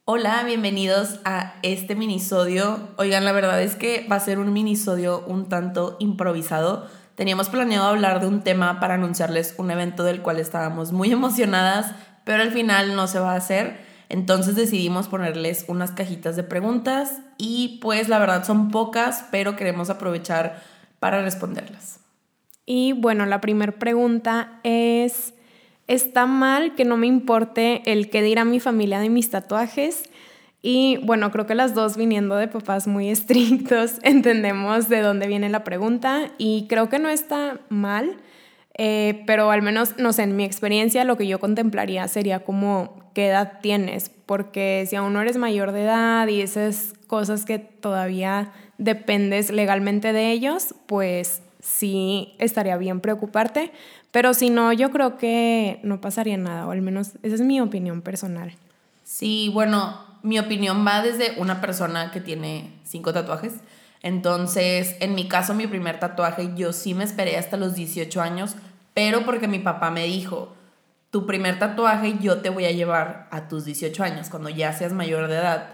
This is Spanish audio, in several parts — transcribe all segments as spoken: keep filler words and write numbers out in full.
Hola, bienvenidos a este minisodio. Oigan, la verdad es que va a ser un minisodio un tanto improvisado. Teníamos planeado hablar de un tema para anunciarles un evento del cual estábamos muy emocionadas, pero al final no se va a hacer. Entonces decidimos ponerles unas cajitas de preguntas y pues la verdad son pocas, pero queremos aprovechar para responderlas. Y bueno, la primera pregunta es... ¿Está mal que no me importe el qué dirá mi familia de mis tatuajes? Y bueno, creo que las dos, viniendo de papás muy estrictos, entendemos de dónde viene la pregunta y creo que no está mal, eh, pero al menos, no sé, en mi experiencia lo que yo contemplaría sería como qué edad tienes, porque si aún no eres mayor de edad y esas cosas que todavía dependes legalmente de ellos, pues sí estaría bien preocuparte. Pero si no, yo creo que no pasaría nada, o al menos esa es mi opinión personal. Sí, bueno, mi opinión va desde una persona que tiene cinco tatuajes. Entonces, en mi caso, mi primer tatuaje, yo sí me esperé hasta los dieciocho años, pero porque mi papá me dijo, tu primer tatuaje yo te voy a llevar a tus dieciocho años, cuando ya seas mayor de edad.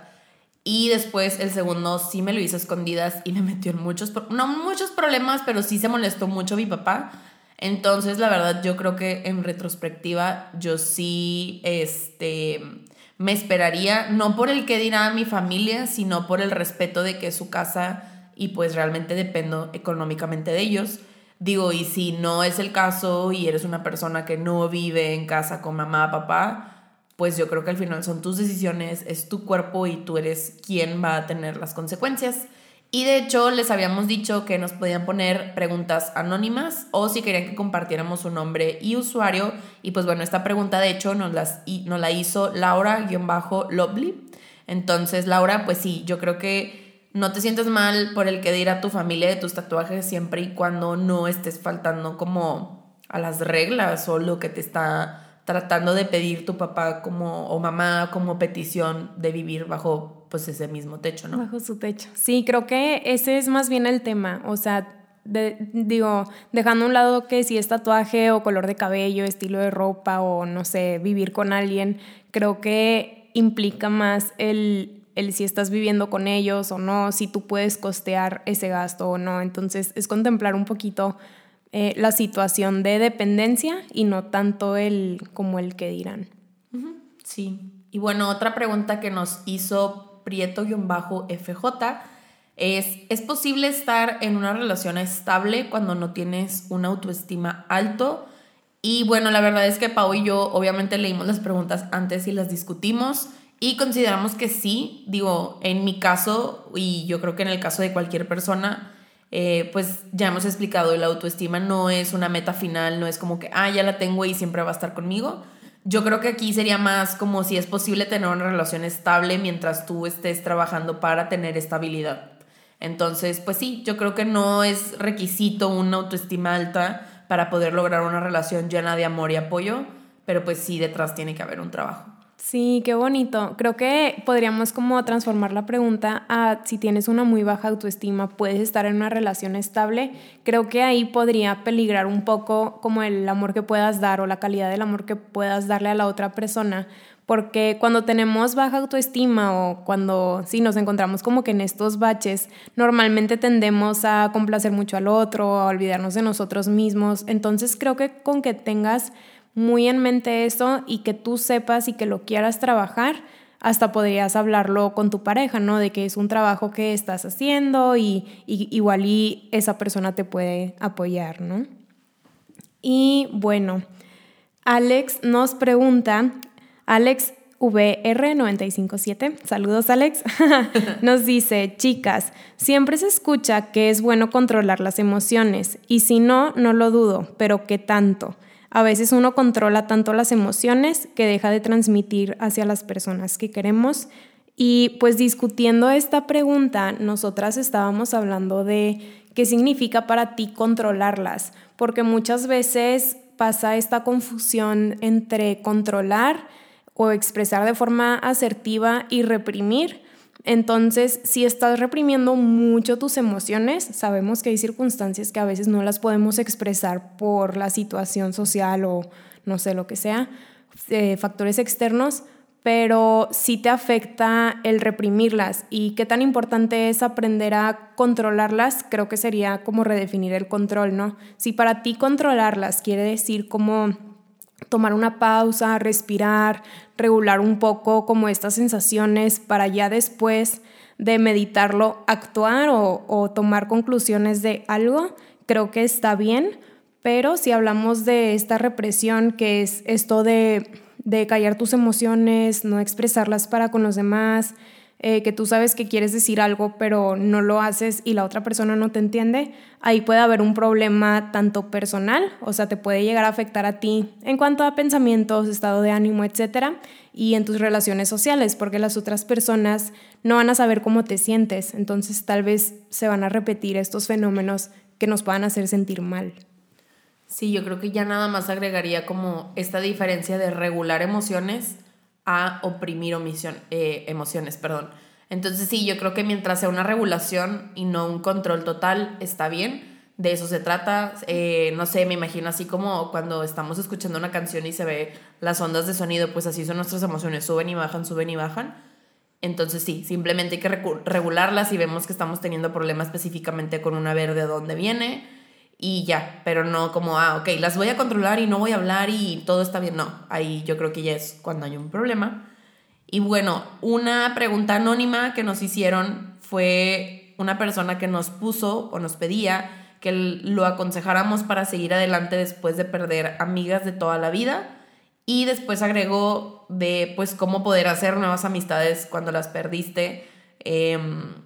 Y después el segundo sí me lo hizo a escondidas y me metió en muchos, no muchos problemas, pero sí se molestó mucho mi papá. Entonces, la verdad, yo creo que en retrospectiva, yo sí, este, me esperaría, no por el que dirá mi familia, sino por el respeto de que es su casa y pues realmente dependo económicamente de ellos. Digo, y si no es el caso y eres una persona que no vive en casa con mamá, papá, pues yo creo que al final son tus decisiones, es tu cuerpo y tú eres quien va a tener las consecuencias. Y de hecho les habíamos dicho que nos podían poner preguntas anónimas o si querían que compartiéramos su nombre y usuario. Y pues bueno, esta pregunta de hecho nos, las, nos la hizo Laura-Lovely. Entonces Laura, pues sí, yo creo que no te sientes mal por el que dirá tu familia de tus tatuajes siempre y cuando no estés faltando como a las reglas o lo que te está tratando de pedir tu papá como, o mamá como petición de vivir bajo pues ese mismo techo, ¿no? Bajo su techo. Sí, creo que ese es más bien el tema. O sea, de, digo, dejando a un lado que si es tatuaje o color de cabello, estilo de ropa o no sé, vivir con alguien, creo que implica más el, el si estás viviendo con ellos o no, si tú puedes costear ese gasto o no. Entonces es contemplar un poquito eh, la situación de dependencia y no tanto el como el que dirán. Uh-huh. Sí. Y bueno, otra pregunta que nos hizo Prieto-F J es, ¿es posible estar en una relación estable cuando no tienes una autoestima alto? Y bueno, la verdad es que Pau y yo obviamente leímos las preguntas antes y las discutimos y consideramos que sí. Digo, en mi caso y yo creo que en el caso de cualquier persona, eh, pues ya hemos explicado, la autoestima no es una meta final, no es como que, ah, ya la tengo y siempre va a estar conmigo. Yo creo que aquí sería más como si es posible tener una relación estable mientras tú estés trabajando para tener estabilidad. Entonces, pues sí, yo creo que no es requisito una autoestima alta para poder lograr una relación llena de amor y apoyo, pero pues sí, detrás tiene que haber un trabajo. Sí, qué bonito. Creo que podríamos como transformar la pregunta a si tienes una muy baja autoestima, ¿puedes estar en una relación estable? Creo que ahí podría peligrar un poco como el amor que puedas dar o la calidad del amor que puedas darle a la otra persona, porque cuando tenemos baja autoestima o cuando sí nos encontramos como que en estos baches, normalmente tendemos a complacer mucho al otro, a olvidarnos de nosotros mismos. Entonces creo que con que tengas muy en mente eso y que tú sepas y que lo quieras trabajar, hasta podrías hablarlo con tu pareja, ¿no? De que es un trabajo que estás haciendo y, y igual y esa persona te puede apoyar, ¿no? Y bueno, Alex nos pregunta, Alex V R nueve cinco siete, saludos Alex, nos dice, chicas, siempre se escucha que es bueno controlar las emociones y si no, no lo dudo, pero ¿qué tanto? A veces uno controla tanto las emociones que deja de transmitir hacia las personas que queremos. Y pues discutiendo esta pregunta, nosotras estábamos hablando de qué significa para ti controlarlas, porque muchas veces pasa esta confusión entre controlar o expresar de forma asertiva y reprimir. Entonces, si estás reprimiendo mucho tus emociones, sabemos que hay circunstancias que a veces no las podemos expresar por la situación social o no sé lo que sea, eh, factores externos, pero sí te afecta el reprimirlas. Y qué tan importante es aprender a controlarlas, creo que sería como redefinir el control, ¿no? Si para ti controlarlas quiere decir como tomar una pausa, respirar, regular un poco como estas sensaciones para ya después de meditarlo actuar o, o tomar conclusiones de algo, creo que está bien. Pero si hablamos de esta represión, que es esto de, de callar tus emociones, no expresarlas para con los demás, eh, que tú sabes que quieres decir algo pero no lo haces y la otra persona no te entiende, ahí puede haber un problema tanto personal, o sea, te puede llegar a afectar a ti en cuanto a pensamientos, estado de ánimo, etcétera, y en tus relaciones sociales, porque las otras personas no van a saber cómo te sientes, entonces tal vez se van a repetir estos fenómenos que nos puedan hacer sentir mal. Sí, yo creo que ya nada más agregaría como esta diferencia de regular emociones a oprimir omisión, eh, emociones, perdón. Entonces sí, yo creo que mientras sea una regulación y no un control total, está bien. De eso se trata. Eh, no sé, me imagino así como cuando estamos escuchando una canción y se ve las ondas de sonido, pues así son nuestras emociones, suben y bajan, suben y bajan. Entonces sí, simplemente hay que recu- regularlas y vemos que estamos teniendo problemas específicamente con una ver de dónde viene y ya, pero no como, ah, ok, las voy a controlar y no voy a hablar y todo está bien. No, ahí yo creo que ya es cuando hay un problema. Y bueno, una pregunta anónima que nos hicieron fue una persona que nos puso o nos pedía que lo aconsejáramos para seguir adelante después de perder amigas de toda la vida, y después agregó de pues cómo poder hacer nuevas amistades cuando las perdiste eh,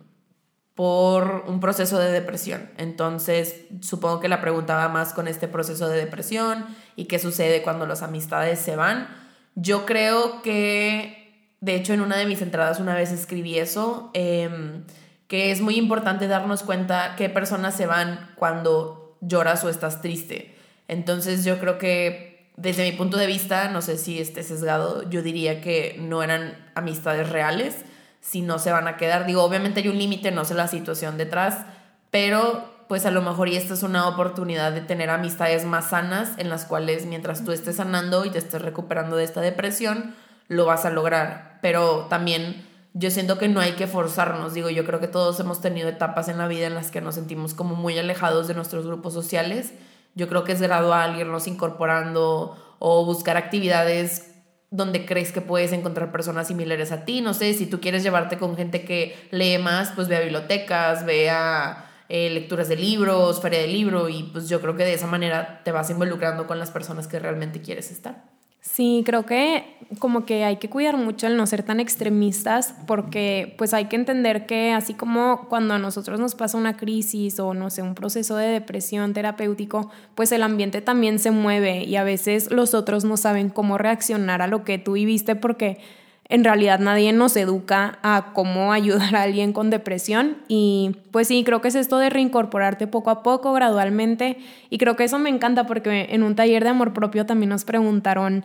por un proceso de depresión. Entonces supongo que la pregunta va más con este proceso de depresión y qué sucede cuando las amistades se van. Yo creo que, de hecho, en una de mis entradas una vez escribí eso, eh, que es muy importante darnos cuenta qué personas se van cuando lloras o estás triste. Entonces yo creo que desde mi punto de vista, no sé si esté sesgado, yo diría que no eran amistades reales, si no se van a quedar. Digo, obviamente hay un límite, no sé la situación detrás, pero pues a lo mejor y esta es una oportunidad de tener amistades más sanas en las cuales mientras tú estés sanando y te estés recuperando de esta depresión, lo vas a lograr. Pero también yo siento que no hay que forzarnos. Digo, yo creo que todos hemos tenido etapas en la vida en las que nos sentimos como muy alejados de nuestros grupos sociales. Yo creo que es gradual irnos incorporando o buscar actividades donde crees que puedes encontrar personas similares a ti. No sé, si tú quieres llevarte con gente que lee más, pues ve a bibliotecas, ve a eh, lecturas de libros, feria de libro, y pues yo creo que de esa manera te vas involucrando con las personas que realmente quieres estar. Sí, creo que como que hay que cuidar mucho el no ser tan extremistas, porque pues hay que entender que así como cuando a nosotros nos pasa una crisis o no sé, un proceso de depresión terapéutico, pues el ambiente también se mueve y a veces los otros no saben cómo reaccionar a lo que tú viviste, porque en realidad nadie nos educa a cómo ayudar a alguien con depresión. Y pues sí, creo que es esto de reincorporarte poco a poco, gradualmente, y creo que eso me encanta porque en un taller de amor propio también nos preguntaron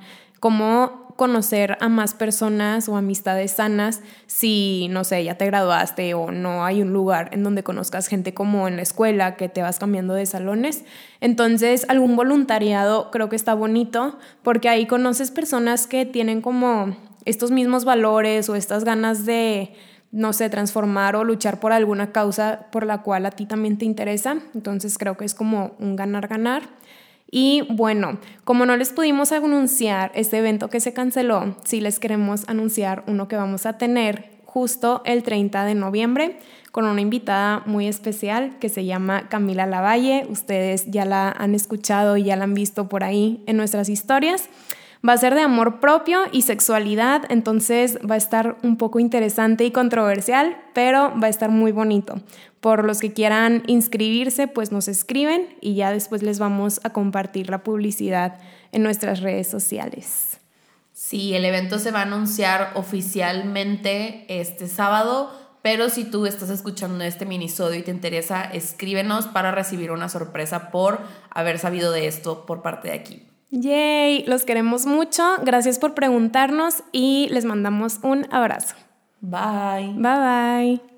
cómo conocer a más personas o amistades sanas si, no sé, ya te graduaste o no hay un lugar en donde conozcas gente como en la escuela, que te vas cambiando de salones. Entonces, algún voluntariado creo que está bonito porque ahí conoces personas que tienen como estos mismos valores o estas ganas de, no sé, transformar o luchar por alguna causa por la cual a ti también te interesa. Entonces creo que es como un ganar-ganar. Y bueno, como no les pudimos anunciar este evento que se canceló, sí les queremos anunciar uno que vamos a tener justo el treinta de noviembre con una invitada muy especial que se llama Camila Lavalle. Ustedes ya la han escuchado y ya la han visto por ahí en nuestras historias. Va a ser de amor propio y sexualidad, entonces va a estar un poco interesante y controversial, pero va a estar muy bonito. Por los que quieran inscribirse, pues nos escriben y ya después les vamos a compartir la publicidad en nuestras redes sociales. Sí, el evento se va a anunciar oficialmente este sábado, pero si tú estás escuchando este minisodio y te interesa, escríbenos para recibir una sorpresa por haber sabido de esto por parte de aquí. ¡Yay! Los queremos mucho. Gracias por preguntarnos y les mandamos un abrazo. Bye. Bye bye.